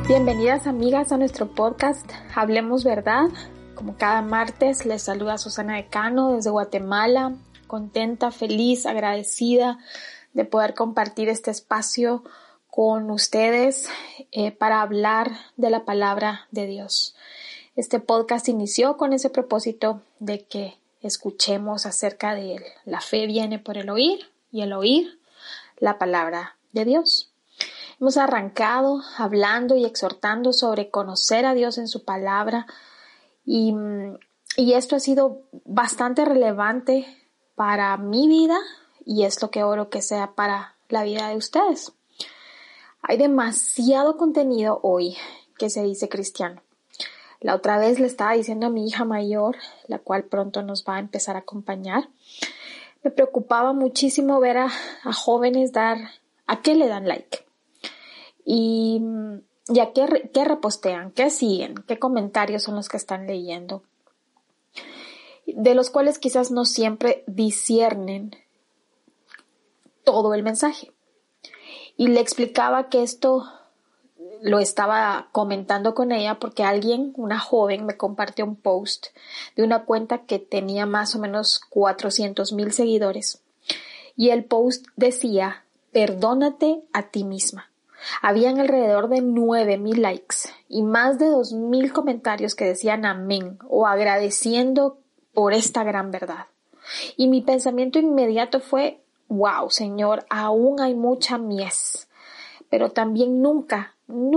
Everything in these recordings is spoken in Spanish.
Bienvenidas amigas a nuestro podcast Hablemos Verdad. Como cada martes les saluda Susana Decano desde Guatemala, contenta, feliz, agradecida de poder compartir este espacio con ustedes para hablar de la palabra de Dios. Este podcast inició con ese propósito de que escuchemos acerca de él. La fe viene por el oír y el oír la palabra de Dios. Hemos arrancado hablando y exhortando sobre conocer a Dios en su palabra y esto ha sido bastante relevante para mi vida y es lo que oro que sea para la vida de ustedes. Hay demasiado contenido hoy que se dice cristiano. La otra vez le estaba diciendo a mi hija mayor, la cual pronto nos va a empezar a acompañar, me preocupaba muchísimo ver a jóvenes ¿a qué le dan like? Y a qué repostean, qué siguen, qué comentarios son los que están leyendo, de los cuales quizás no siempre disciernen todo el mensaje. Y le explicaba que esto lo estaba comentando con ella porque una joven, me compartió un post de una cuenta que tenía más o menos 400,000 seguidores. Y el post decía, perdónate a ti misma. Habían alrededor de 9,000 likes y más de 2,000 comentarios que decían amén o agradeciendo por esta gran verdad. Y mi pensamiento inmediato fue, wow, Señor, aún hay mucha mies, pero también nunca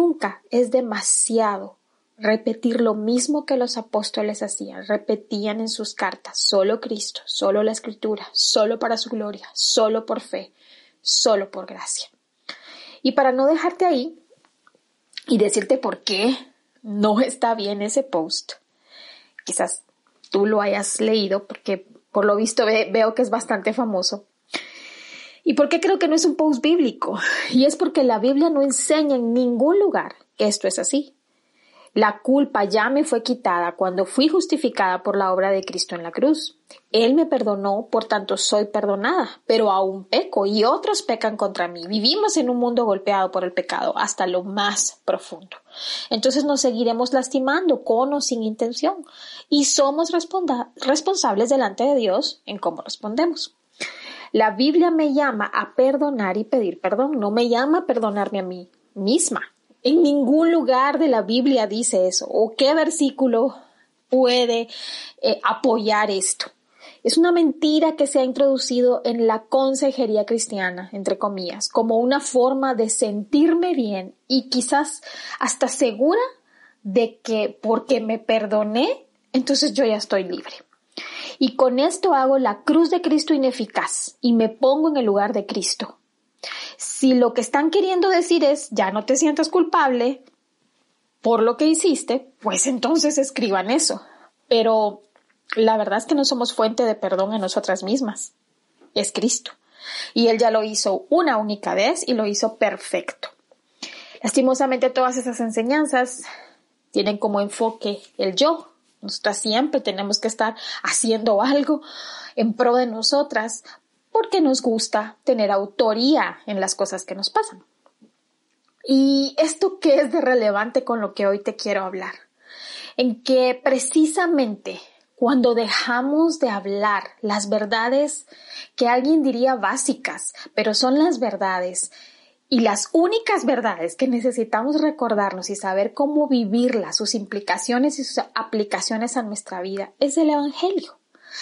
es demasiado repetir lo mismo que los apóstoles hacían. Repetían en sus cartas, solo Cristo, solo la Escritura, solo para su gloria, solo por fe, solo por gracia. Y para no dejarte ahí y decirte por qué no está bien ese post, quizás tú lo hayas leído porque por lo visto veo que es bastante famoso. ¿Y por qué creo que no es un post bíblico? Y es porque la Biblia no enseña en ningún lugar que esto es así. La culpa ya me fue quitada cuando fui justificada por la obra de Cristo en la cruz. Él me perdonó, por tanto soy perdonada, pero aún peco y otros pecan contra mí. Vivimos en un mundo golpeado por el pecado hasta lo más profundo. Entonces nos seguiremos lastimando con o sin intención y somos responsables delante de Dios en cómo respondemos. La Biblia me llama a perdonar y pedir perdón, no me llama a perdonarme a mí misma. En ningún lugar de la Biblia dice eso. ¿O qué versículo puede apoyar esto? Es una mentira que se ha introducido en la consejería cristiana, entre comillas, como una forma de sentirme bien y quizás hasta segura de que porque me perdoné, entonces yo ya estoy libre. Y con esto hago la cruz de Cristo ineficaz y me pongo en el lugar de Cristo. Si lo que están queriendo decir es, ya no te sientas culpable por lo que hiciste, pues entonces escriban eso. Pero la verdad es que no somos fuente de perdón en nosotras mismas. Es Cristo. Y Él ya lo hizo una única vez y lo hizo perfecto. Lastimosamente todas esas enseñanzas tienen como enfoque el yo. Nosotras siempre tenemos que estar haciendo algo en pro de nosotras porque nos gusta tener autoría en las cosas que nos pasan. ¿Y esto qué es de relevante con lo que hoy te quiero hablar? En que precisamente cuando dejamos de hablar las verdades que alguien diría básicas, pero son las verdades y las únicas verdades que necesitamos recordarnos y saber cómo vivirlas, sus implicaciones y sus aplicaciones a nuestra vida, es el Evangelio.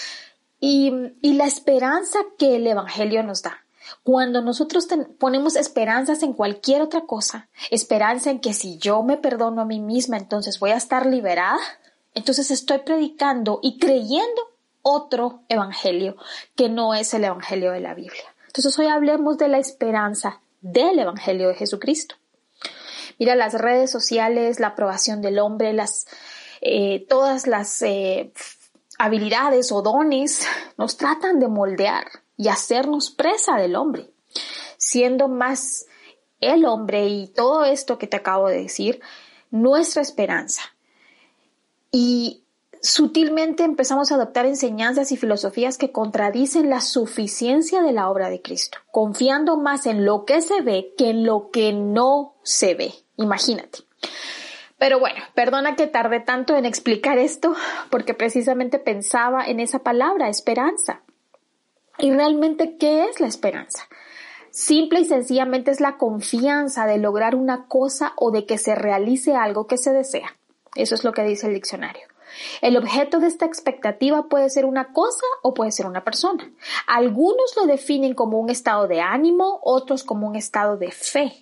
Y la esperanza que el Evangelio nos da. Cuando nosotros ponemos esperanzas en cualquier otra cosa, esperanza en que si yo me perdono a mí misma, entonces voy a estar liberada, entonces estoy predicando y creyendo otro evangelio que no es el evangelio de la Biblia. Entonces hoy hablemos de la esperanza del evangelio de Jesucristo. Mira, las redes sociales, la aprobación del hombre, todas las habilidades o dones nos tratan de moldear y hacernos presa del hombre, siendo más el hombre y todo esto que te acabo de decir, nuestra esperanza. Y sutilmente empezamos a adoptar enseñanzas y filosofías que contradicen la suficiencia de la obra de Cristo, confiando más en lo que se ve que en lo que no se ve. Imagínate. Pero bueno, perdona que tardé tanto en explicar esto, porque precisamente pensaba en esa palabra, esperanza. ¿Y realmente qué es la esperanza? Simple y sencillamente es la confianza de lograr una cosa o de que se realice algo que se desea. Eso es lo que dice el diccionario. El objeto de esta expectativa puede ser una cosa o puede ser una persona. Algunos lo definen como un estado de ánimo, otros como un estado de fe.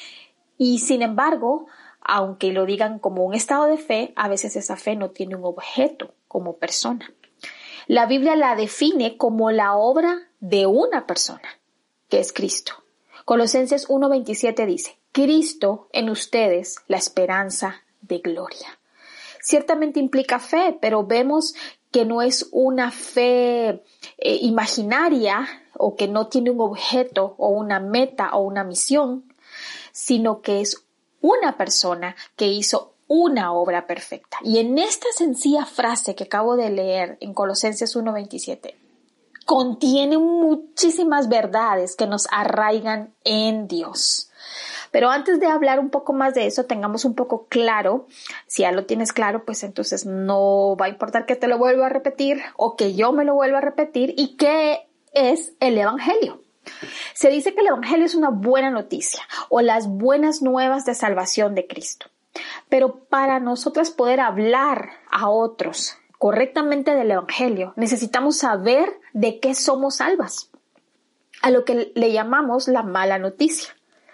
Y sin embargo, aunque lo digan como un estado de fe, a veces esa fe no tiene un objeto como persona. La Biblia la define como la obra de una persona, que es Cristo. Colosenses 1:27 dice, Cristo en ustedes la esperanza de gloria. Ciertamente implica fe, pero vemos que no es una fe imaginaria o que no tiene un objeto o una meta o una misión, sino que es una persona que hizo una obra perfecta. Y en esta sencilla frase que acabo de leer en Colosenses 1:27, contiene muchísimas verdades que nos arraigan en Dios. Pero antes de hablar un poco más de eso, tengamos un poco claro, si ya lo tienes claro, pues entonces no va a importar que te lo vuelva a repetir o que yo me lo vuelva a repetir, y qué es el Evangelio. Se dice que el Evangelio es una buena noticia o las buenas nuevas de salvación de Cristo. Pero para nosotros poder hablar a otros correctamente del Evangelio, necesitamos saber de qué somos salvas, a lo que le llamamos la mala noticia.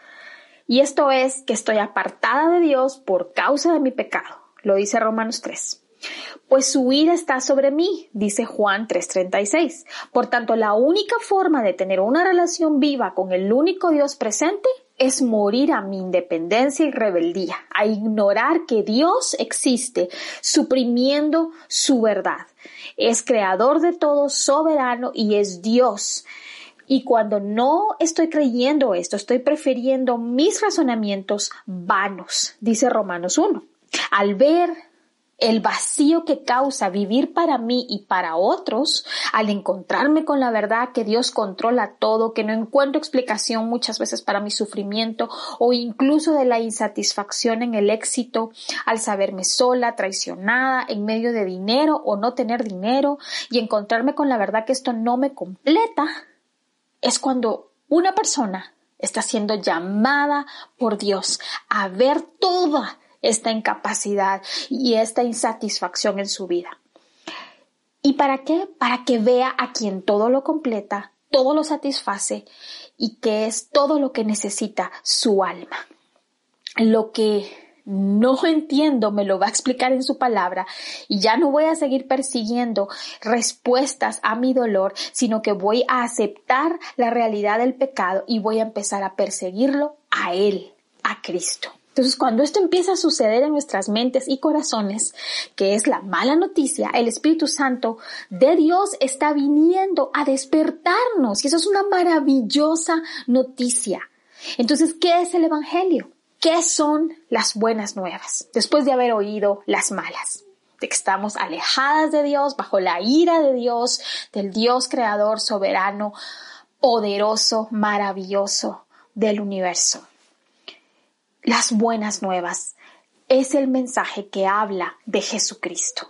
Y esto es que estoy apartada de Dios por causa de mi pecado, lo dice Romanos 3. Pues su ira está sobre mí, dice Juan 3:36. Por tanto, la única forma de tener una relación viva con el único Dios presente es morir a mi independencia y rebeldía, a ignorar que Dios existe, suprimiendo su verdad. Es creador de todo, soberano y es Dios. Y cuando no estoy creyendo esto, estoy prefiriendo mis razonamientos vanos, dice Romanos 1. Al ver el vacío que causa vivir para mí y para otros, al encontrarme con la verdad que Dios controla todo, que no encuentro explicación muchas veces para mi sufrimiento o incluso de la insatisfacción en el éxito, al saberme sola, traicionada, en medio de dinero o no tener dinero, y encontrarme con la verdad que esto no me completa, es cuando una persona está siendo llamada por Dios a ver toda esta incapacidad y esta insatisfacción en su vida. ¿Y para qué? Para que vea a quien todo lo completa, todo lo satisface y que es todo lo que necesita su alma. Lo que no entiendo me lo va a explicar en su palabra y ya no voy a seguir persiguiendo respuestas a mi dolor, sino que voy a aceptar la realidad del pecado y voy a empezar a perseguirlo a Él, a Cristo. Entonces, cuando esto empieza a suceder en nuestras mentes y corazones, que es la mala noticia, el Espíritu Santo de Dios está viniendo a despertarnos y eso es una maravillosa noticia. Entonces, ¿qué es el Evangelio? ¿Qué son las buenas nuevas? Después de haber oído las malas, de que estamos alejadas de Dios, bajo la ira de Dios, del Dios creador, soberano, poderoso, maravilloso del universo. Las buenas nuevas es el mensaje que habla de Jesucristo.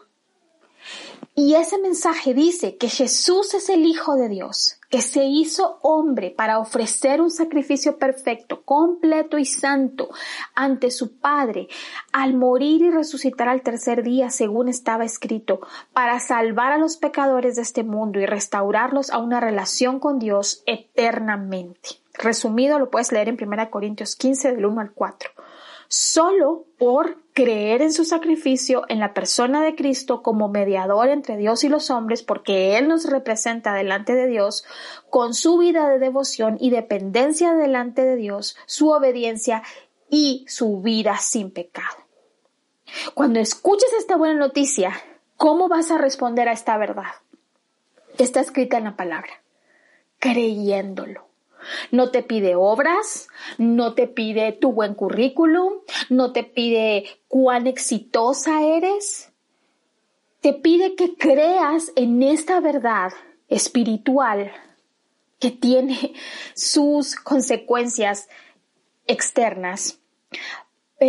Y ese mensaje dice que Jesús es el Hijo de Dios, que se hizo hombre para ofrecer un sacrificio perfecto, completo y santo ante su Padre, al morir y resucitar al tercer día, según estaba escrito, para salvar a los pecadores de este mundo y restaurarlos a una relación con Dios eternamente. Resumido, lo puedes leer en 1 Corintios 15, del 1 al 4. Solo por creer en su sacrificio en la persona de Cristo como mediador entre Dios y los hombres, porque Él nos representa delante de Dios, con su vida de devoción y dependencia delante de Dios, su obediencia y su vida sin pecado. Cuando escuches esta buena noticia, ¿cómo vas a responder a esta verdad? Está escrita en la palabra, creyéndolo. No te pide obras, no te pide tu buen currículum, no te pide cuán exitosa eres. Te pide que creas en esta verdad espiritual que tiene sus consecuencias externas, pero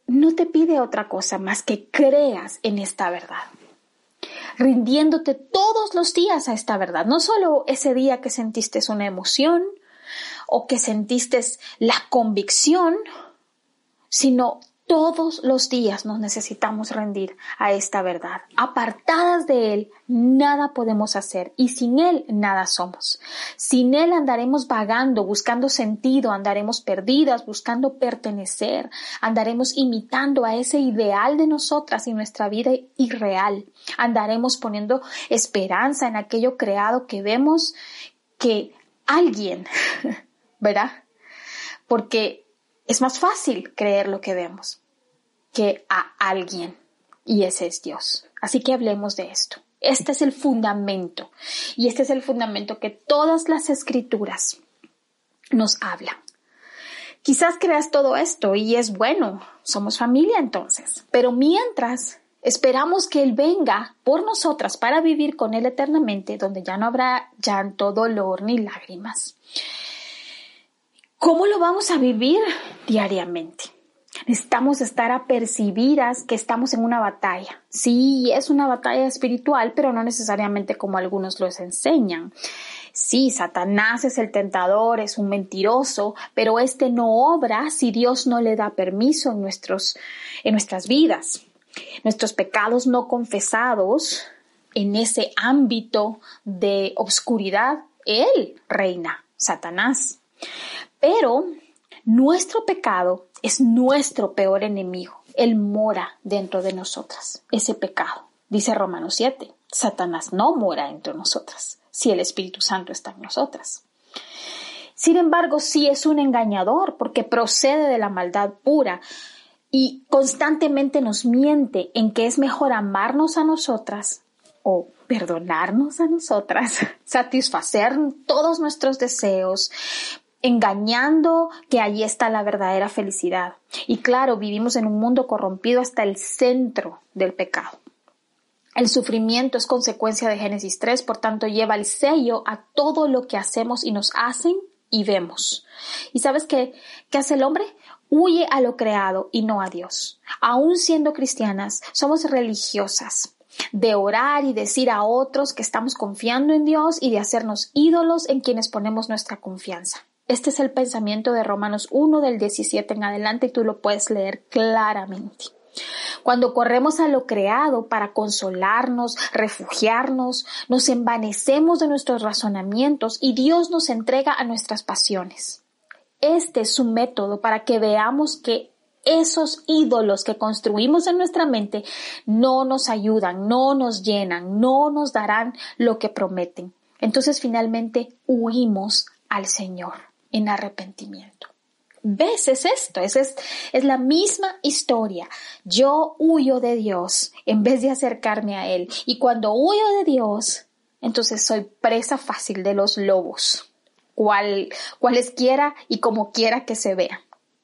no te pide otra cosa más que creas en esta verdad, rindiéndote todos los días a esta verdad, no solo ese día que sentiste una emoción o que sentiste la convicción, sino todos los días nos necesitamos rendir a esta verdad. Apartadas de Él, nada podemos hacer y sin Él nada somos. Sin Él andaremos vagando, buscando sentido, andaremos perdidas, buscando pertenecer, andaremos imitando a ese ideal de nosotras y nuestra vida irreal. Andaremos poniendo esperanza en aquello creado que vemos que alguien, ¿verdad? Porque es más fácil creer lo que vemos que a alguien, y ese es Dios. Así que hablemos de esto. Este es el fundamento, y este es el fundamento que todas las escrituras nos hablan. Quizás creas todo esto y es bueno, somos familia entonces, pero mientras esperamos que Él venga por nosotras para vivir con Él eternamente, donde ya no habrá llanto, dolor ni lágrimas. ¿Cómo lo vamos a vivir diariamente? Necesitamos estar apercibidas que estamos en una batalla. Sí, es una batalla espiritual, pero no necesariamente como algunos los enseñan. Sí, Satanás es el tentador, es un mentiroso, pero este no obra si Dios no le da permiso en nuestras vidas. Nuestros pecados no confesados en ese ámbito de obscuridad, Él reina, Satanás. Pero nuestro pecado es nuestro peor enemigo. Él mora dentro de nosotras, ese pecado. Dice Romanos 7, Satanás no mora dentro de nosotras, si el Espíritu Santo está en nosotras. Sin embargo, sí es un engañador porque procede de la maldad pura y constantemente nos miente en que es mejor amarnos a nosotras o perdonarnos a nosotras, satisfacer todos nuestros deseos, engañando que allí está la verdadera felicidad. Y claro, vivimos en un mundo corrompido hasta el centro del pecado. El sufrimiento es consecuencia de Génesis 3, por tanto lleva el sello a todo lo que hacemos y nos hacen y vemos. ¿Y sabes qué hace el hombre? Huye a lo creado y no a Dios. Aún siendo cristianas, somos religiosas de orar y decir a otros que estamos confiando en Dios y de hacernos ídolos en quienes ponemos nuestra confianza. Este es el pensamiento de Romanos 1 del 17 en adelante y tú lo puedes leer claramente. Cuando corremos a lo creado para consolarnos, refugiarnos, nos envanecemos de nuestros razonamientos y Dios nos entrega a nuestras pasiones. Este es su método para que veamos que esos ídolos que construimos en nuestra mente no nos ayudan, no nos llenan, no nos darán lo que prometen. Entonces finalmente huimos al Señor en arrepentimiento. ¿Ves? Es esto, es la misma historia. Yo huyo de Dios en vez de acercarme a Él. Y cuando huyo de Dios, entonces soy presa fácil de los lobos, cualesquiera y como quiera que se vean.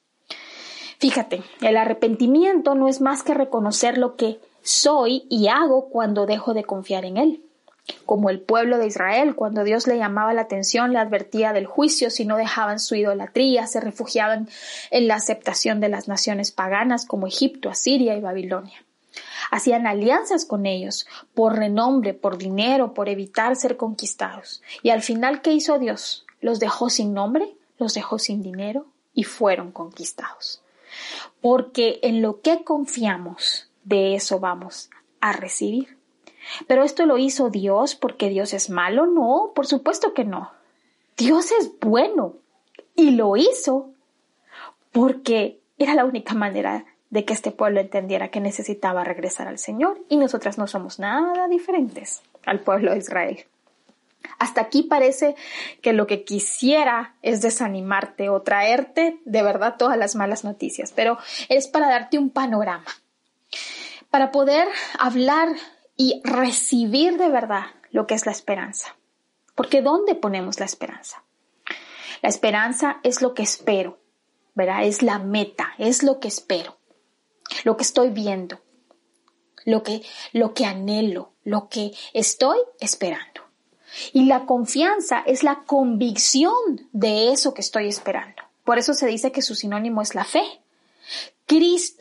Fíjate, el arrepentimiento no es más que reconocer lo que soy y hago cuando dejo de confiar en Él. Como el pueblo de Israel, cuando Dios le llamaba la atención, le advertía del juicio si no dejaban su idolatría, se refugiaban en la aceptación de las naciones paganas como Egipto, Asiria y Babilonia. Hacían alianzas con ellos por renombre, por dinero, por evitar ser conquistados. Y al final, ¿qué hizo Dios? Los dejó sin nombre, los dejó sin dinero y fueron conquistados. Porque en lo que confiamos, de eso vamos a recibir. ¿Pero esto lo hizo Dios porque Dios es malo? No, por supuesto que no. Dios es bueno y lo hizo porque era la única manera de que este pueblo entendiera que necesitaba regresar al Señor y nosotras no somos nada diferentes al pueblo de Israel. Hasta aquí parece que lo que quisiera es desanimarte o traerte de verdad todas las malas noticias, pero es para darte un panorama, para poder hablar y recibir de verdad lo que es la esperanza. Porque ¿dónde ponemos la esperanza? La esperanza es lo que espero, ¿verdad? Es la meta, es lo que espero, lo que estoy viendo, lo que anhelo, lo que estoy esperando. Y la confianza es la convicción de eso que estoy esperando. Por eso se dice que su sinónimo es la fe. Cristo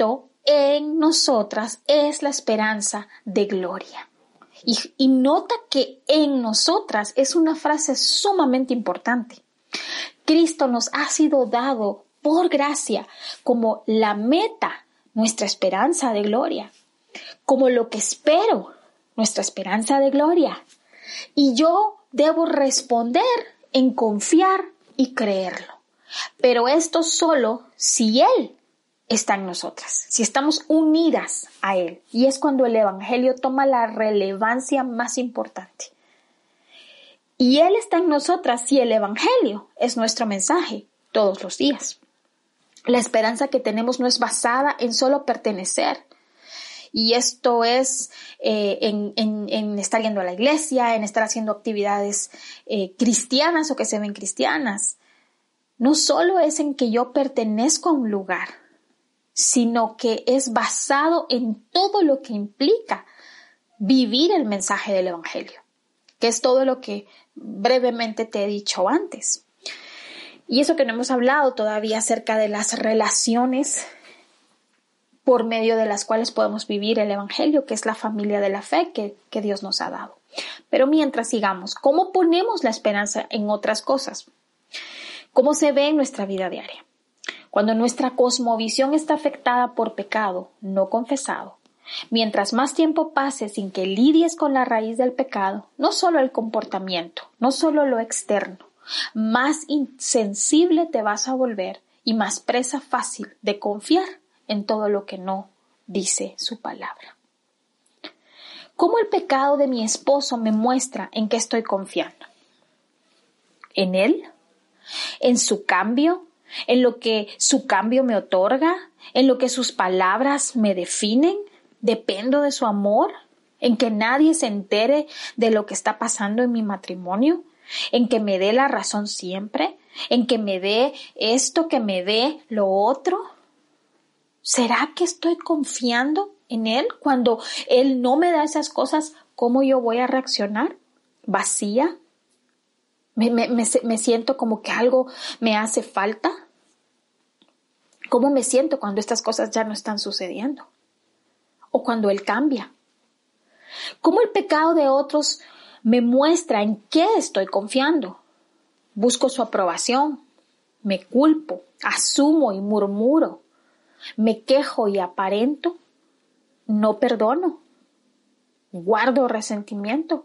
en nosotras es la esperanza de gloria. Y nota que en nosotras es una frase sumamente importante. Cristo nos ha sido dado por gracia como la meta, nuestra esperanza de gloria, como lo que espero, nuestra esperanza de gloria. Y yo debo responder en confiar y creerlo. Pero esto solo si Él está en nosotras, si estamos unidas a Él. Y es cuando el Evangelio toma la relevancia más importante. Y Él está en nosotras si el Evangelio es nuestro mensaje todos los días. La esperanza que tenemos no es basada en solo pertenecer. Y esto es en estar yendo a la iglesia, en estar haciendo actividades cristianas o que se ven cristianas. No solo es en que yo pertenezco a un lugar, sino que es basado en todo lo que implica vivir el mensaje del Evangelio, que es todo lo que brevemente te he dicho antes. Y eso que no hemos hablado todavía acerca de las relaciones por medio de las cuales podemos vivir el Evangelio, que es la familia de la fe que Dios nos ha dado. Pero mientras sigamos, ¿cómo ponemos la esperanza en otras cosas? ¿Cómo se ve en nuestra vida diaria? Cuando nuestra cosmovisión está afectada por pecado no confesado, mientras más tiempo pase sin que lidies con la raíz del pecado, no solo el comportamiento, no solo lo externo, más insensible te vas a volver y más presa fácil de confiar en todo lo que no dice su palabra. ¿Cómo el pecado de mi esposo me muestra en qué estoy confiando? ¿En él? ¿En su cambio? ¿En lo que su cambio me otorga? ¿En lo que sus palabras me definen? ¿Dependo de su amor? ¿En que nadie se entere de lo que está pasando en mi matrimonio? ¿En que me dé la razón siempre? ¿En que me dé esto, que me dé lo otro? ¿Será que estoy confiando en Él? Cuando Él no me da esas cosas, ¿cómo yo voy a reaccionar? ¿Vacía? ¿Me siento como que algo me hace falta? ¿Cómo me siento cuando estas cosas ya no están sucediendo? ¿O cuando Él cambia? ¿Cómo el pecado de otros me muestra en qué estoy confiando? Busco su aprobación, me culpo, asumo y murmuro. ¿Me quejo y aparento? ¿No perdono? ¿Guardo resentimiento?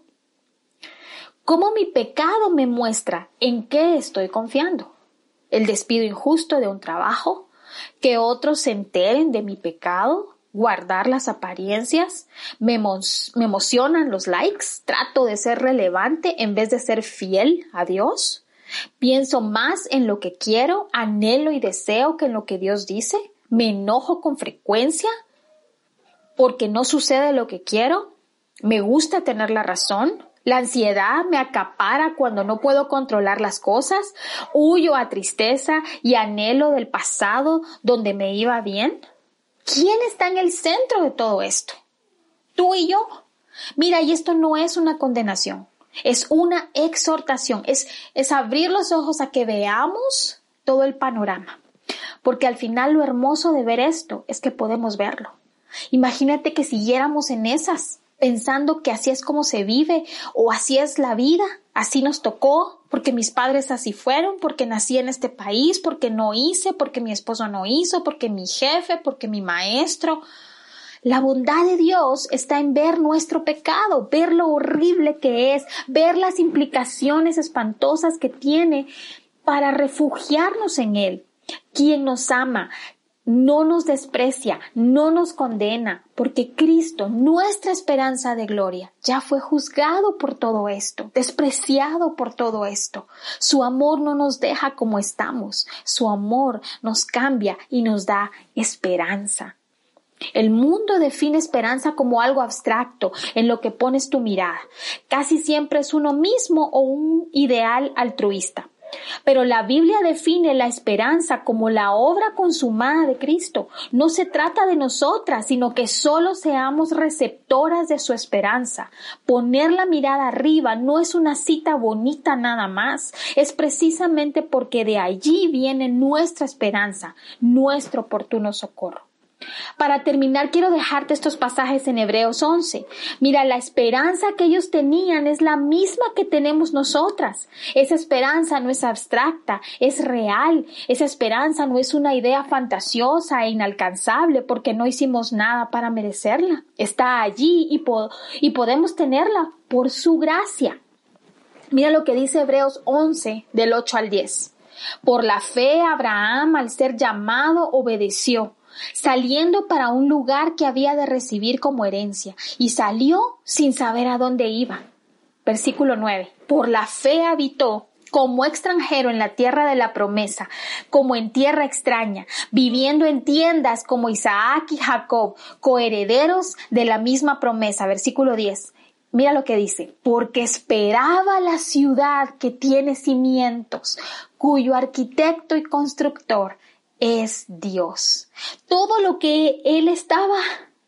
¿Cómo mi pecado me muestra en qué estoy confiando? ¿El despido injusto de un trabajo? ¿Que otros se enteren de mi pecado? ¿Guardar las apariencias? ¿Me emocionan los likes? ¿Trato de ser relevante en vez de ser fiel a Dios? ¿Pienso más en lo que quiero, anhelo y deseo que en lo que Dios dice? ¿Me enojo con frecuencia porque no sucede lo que quiero? ¿Me gusta tener la razón? ¿La ansiedad me acapara cuando no puedo controlar las cosas? ¿Huyo a tristeza y anhelo del pasado donde me iba bien? ¿Quién está en el centro de todo esto? ¿Tú y yo? Mira, y esto no es una condenación, es una exhortación, es abrir los ojos a que veamos todo el panorama. Porque al final lo hermoso de ver esto es que podemos verlo. Imagínate que siguiéramos en esas, pensando que así es como se vive o así es la vida, así nos tocó, porque mis padres así fueron, porque nací en este país, porque no hice, porque mi esposo no hizo, porque mi jefe, porque mi maestro. La bondad de Dios está en ver nuestro pecado, ver lo horrible que es, ver las implicaciones espantosas que tiene para refugiarnos en Él. Quien nos ama, no nos desprecia, no nos condena, porque Cristo, nuestra esperanza de gloria, ya fue juzgado por todo esto, despreciado por todo esto. Su amor no nos deja como estamos, su amor nos cambia y nos da esperanza. El mundo define esperanza como algo abstracto en lo que pones tu mirada. Casi siempre es uno mismo o un ideal altruista. Pero la Biblia define la esperanza como la obra consumada de Cristo. No se trata de nosotras, sino que solo seamos receptoras de su esperanza. Poner la mirada arriba no es una cita bonita nada más. Es precisamente porque de allí viene nuestra esperanza, nuestro oportuno socorro. Para terminar, quiero dejarte estos pasajes en Hebreos 11. Mira, la esperanza que ellos tenían es la misma que tenemos nosotras. Esa esperanza no es abstracta, es real. Esa esperanza no es una idea fantasiosa e inalcanzable porque no hicimos nada para merecerla. Está allí y podemos tenerla por su gracia. Mira lo que dice Hebreos 11, del 8 al 10. Por la fe, Abraham, al ser llamado, obedeció, saliendo para un lugar que había de recibir como herencia, y salió sin saber a dónde iba. Versículo 9. Por la fe habitó como extranjero en la tierra de la promesa, como en tierra extraña, viviendo en tiendas como Isaac y Jacob, coherederos de la misma promesa. Versículo 10. Mira lo que dice, porque esperaba la ciudad que tiene cimientos, cuyo arquitecto y constructor es Dios. Todo lo que él estaba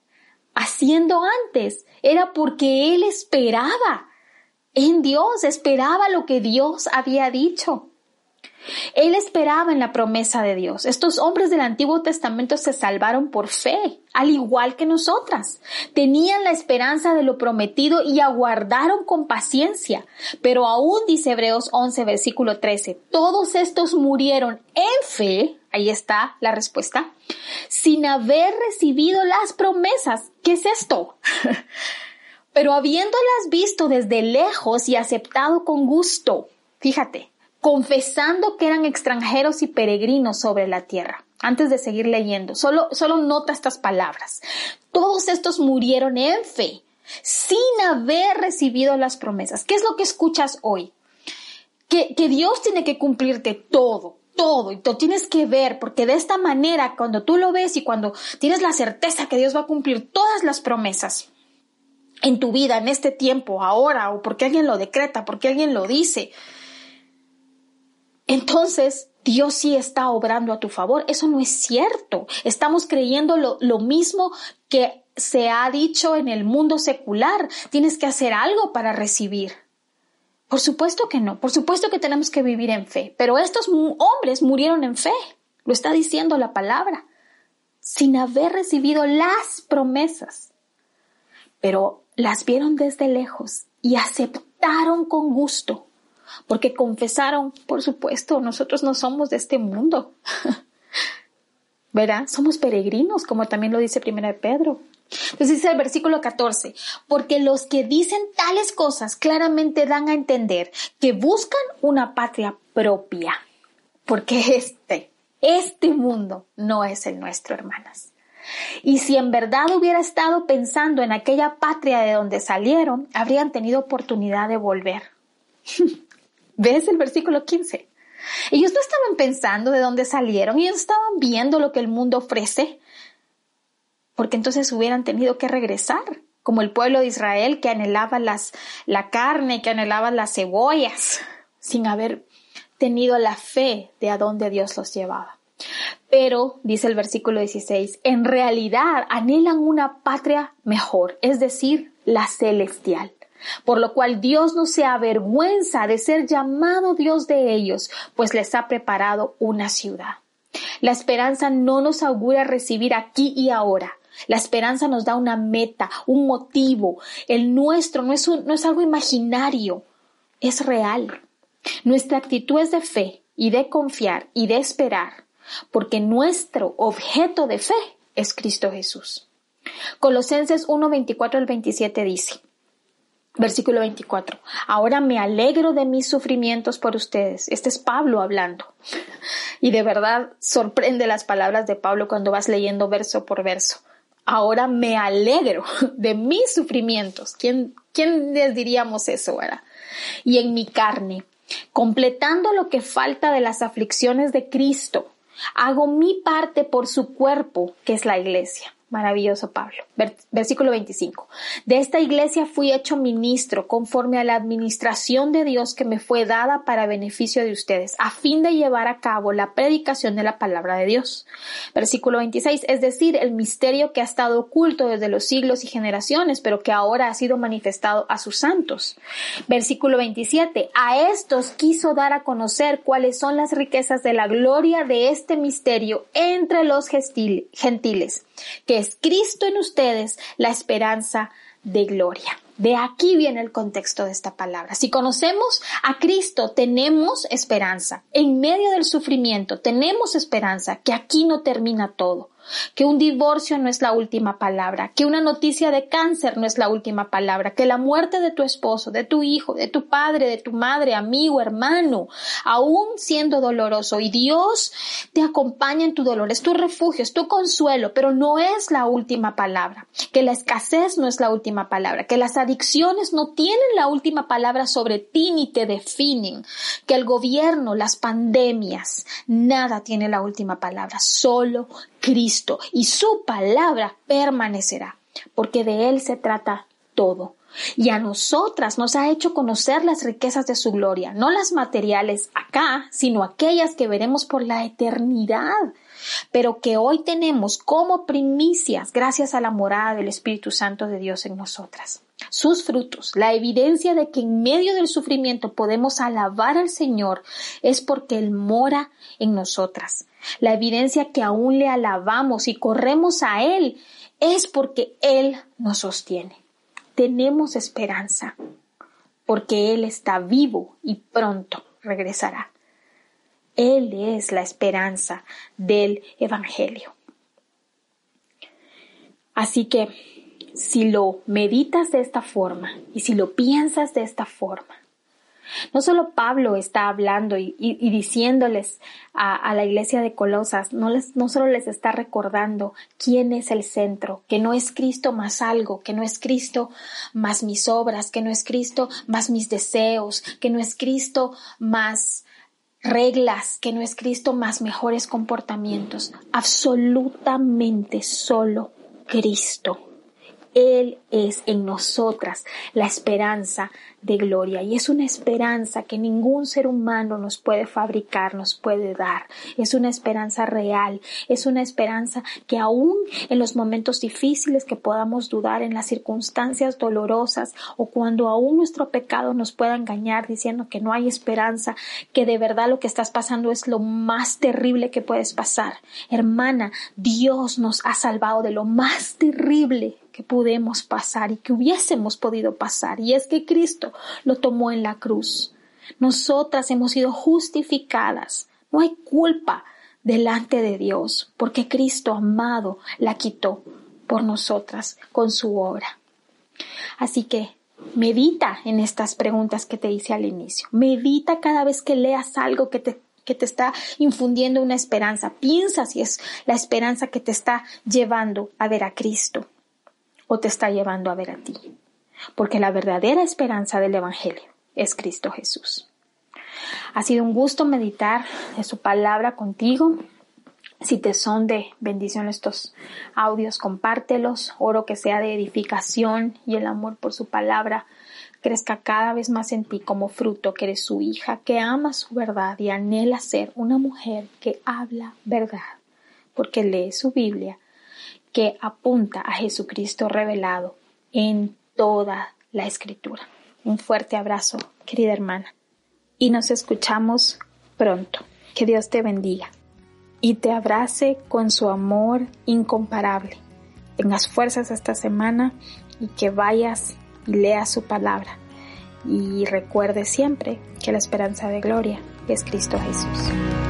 haciendo antes era porque él esperaba en Dios, esperaba lo que Dios había dicho. Él esperaba en la promesa de Dios. Estos hombres del Antiguo Testamento se salvaron por fe, al igual que nosotras. Tenían la esperanza de lo prometido y aguardaron con paciencia. Pero aún, dice Hebreos 11, versículo 13, todos estos murieron en fe, ahí está la respuesta, sin haber recibido las promesas. ¿Qué es esto? Pero habiéndolas visto desde lejos y aceptado con gusto, fíjate, confesando que eran extranjeros y peregrinos sobre la tierra. Antes de seguir leyendo, solo nota estas palabras. Todos estos murieron en fe, sin haber recibido las promesas. ¿Qué es lo que escuchas hoy? Que Dios tiene que cumplirte todo, y tú tienes que ver, porque de esta manera, cuando tú lo ves y cuando tienes la certeza que Dios va a cumplir todas las promesas en tu vida, en este tiempo, ahora, o porque alguien lo decreta, porque alguien lo dice, entonces Dios sí está obrando a tu favor. Eso no es cierto. Estamos creyendo lo mismo que se ha dicho en el mundo secular. Tienes que hacer algo para recibir. Por supuesto que no. Por supuesto que tenemos que vivir en fe. Pero estos hombres murieron en fe. Lo está diciendo la palabra. Sin haber recibido las promesas. Pero las vieron desde lejos y aceptaron con gusto. Porque confesaron, por supuesto, nosotros no somos de este mundo. ¿Verdad? Somos peregrinos, como también lo dice 1 Pedro. Entonces dice el versículo 14, porque los que dicen tales cosas claramente dan a entender que buscan una patria propia. Porque este mundo no es el nuestro, hermanas. Y si en verdad hubiera estado pensando en aquella patria de donde salieron, habrían tenido oportunidad de volver. ¿Ves el versículo 15? Ellos no estaban pensando de dónde salieron, ellos estaban viendo lo que el mundo ofrece, porque entonces hubieran tenido que regresar, como el pueblo de Israel que anhelaba la carne, que anhelaba las cebollas, sin haber tenido la fe de a dónde Dios los llevaba. Pero, dice el versículo 16, en realidad anhelan una patria mejor, es decir, la celestial. Por lo cual Dios no se avergüenza de ser llamado Dios de ellos, pues les ha preparado una ciudad. La esperanza no nos augura recibir aquí y ahora. La esperanza nos da una meta, un motivo. El nuestro no es algo imaginario, es real. Nuestra actitud es de fe y de confiar y de esperar, porque nuestro objeto de fe es Cristo Jesús. Colosenses 1, 24 al 27 dice, versículo 24. Ahora me alegro de mis sufrimientos por ustedes. Este es Pablo hablando. Y de verdad sorprende las palabras de Pablo cuando vas leyendo verso por verso. Ahora me alegro de mis sufrimientos. ¿Quién les diríamos eso, verdad? Y en mi carne, completando lo que falta de las aflicciones de Cristo, hago mi parte por su cuerpo, que es la iglesia. Maravilloso Pablo. Versículo 25. De esta iglesia fui hecho ministro conforme a la administración de Dios que me fue dada para beneficio de ustedes, a fin de llevar a cabo la predicación de la palabra de Dios. Versículo 26. Es decir, el misterio que ha estado oculto desde los siglos y generaciones, pero que ahora ha sido manifestado a sus santos. Versículo 27. A estos quiso dar a conocer cuáles son las riquezas de la gloria de este misterio entre los gentiles, que es Cristo en ustedes, la esperanza de gloria. De aquí viene el contexto de esta palabra. Si conocemos a Cristo, tenemos esperanza. En medio del sufrimiento, tenemos esperanza que aquí no termina todo. Que un divorcio no es la última palabra, que una noticia de cáncer no es la última palabra, que la muerte de tu esposo, de tu hijo, de tu padre, de tu madre, amigo, hermano, aún siendo doloroso, y Dios te acompaña en tu dolor, es tu refugio, es tu consuelo, pero no es la última palabra, que la escasez no es la última palabra, que las adicciones no tienen la última palabra sobre ti ni te definen, que el gobierno, las pandemias, nada tiene la última palabra, solo Cristo, y su palabra permanecerá, porque de Él se trata todo. Y a nosotras nos ha hecho conocer las riquezas de su gloria, no las materiales acá, sino aquellas que veremos por la eternidad, pero que hoy tenemos como primicias gracias a la morada del Espíritu Santo de Dios en nosotras. Sus frutos, la evidencia de que en medio del sufrimiento podemos alabar al Señor, es porque Él mora en nosotras. La evidencia que aún le alabamos y corremos a Él es porque Él nos sostiene. Tenemos esperanza porque Él está vivo y pronto regresará. Él es la esperanza del Evangelio. Así que si lo meditas de esta forma y si lo piensas de esta forma, no solo Pablo está hablando y diciéndoles a la iglesia de Colosas, no solo les está recordando quién es el centro, que no es Cristo más algo, que no es Cristo más mis obras, que no es Cristo más mis deseos, que no es Cristo más reglas, que no es Cristo más mejores comportamientos, absolutamente solo Cristo. Él es en nosotras la esperanza de gloria, y es una esperanza que ningún ser humano nos puede fabricar, nos puede dar. Es una esperanza real, es una esperanza que aún en los momentos difíciles que podamos dudar, en las circunstancias dolorosas o cuando aún nuestro pecado nos pueda engañar diciendo que no hay esperanza, que de verdad lo que estás pasando es lo más terrible que puedes pasar. Hermana, Dios nos ha salvado de lo más terrible que pudimos pasar y que hubiésemos podido pasar, y es que Cristo lo tomó en la cruz. Nosotras hemos sido justificadas, no hay culpa delante de Dios, porque Cristo amado la quitó por nosotras con su obra. Así que medita en estas preguntas que te hice al inicio, medita cada vez que leas algo que te está infundiendo una esperanza, piensa si es la esperanza que te está llevando a ver a Cristo o te está llevando a ver a ti, porque la verdadera esperanza del Evangelio es Cristo Jesús. Ha sido un gusto meditar de su palabra contigo. Si te son de bendición estos audios, compártelos. Oro que sea de edificación y el amor por su palabra crezca cada vez más en ti como fruto, que eres su hija, que ama su verdad y anhela ser una mujer que habla verdad, porque lee su Biblia, que apunta a Jesucristo revelado en toda la Escritura. Un fuerte abrazo, querida hermana, y nos escuchamos pronto. Que Dios te bendiga y te abrace con su amor incomparable. Tengas fuerzas esta semana y que vayas y leas su palabra. Y recuerde siempre que la esperanza de gloria es Cristo Jesús.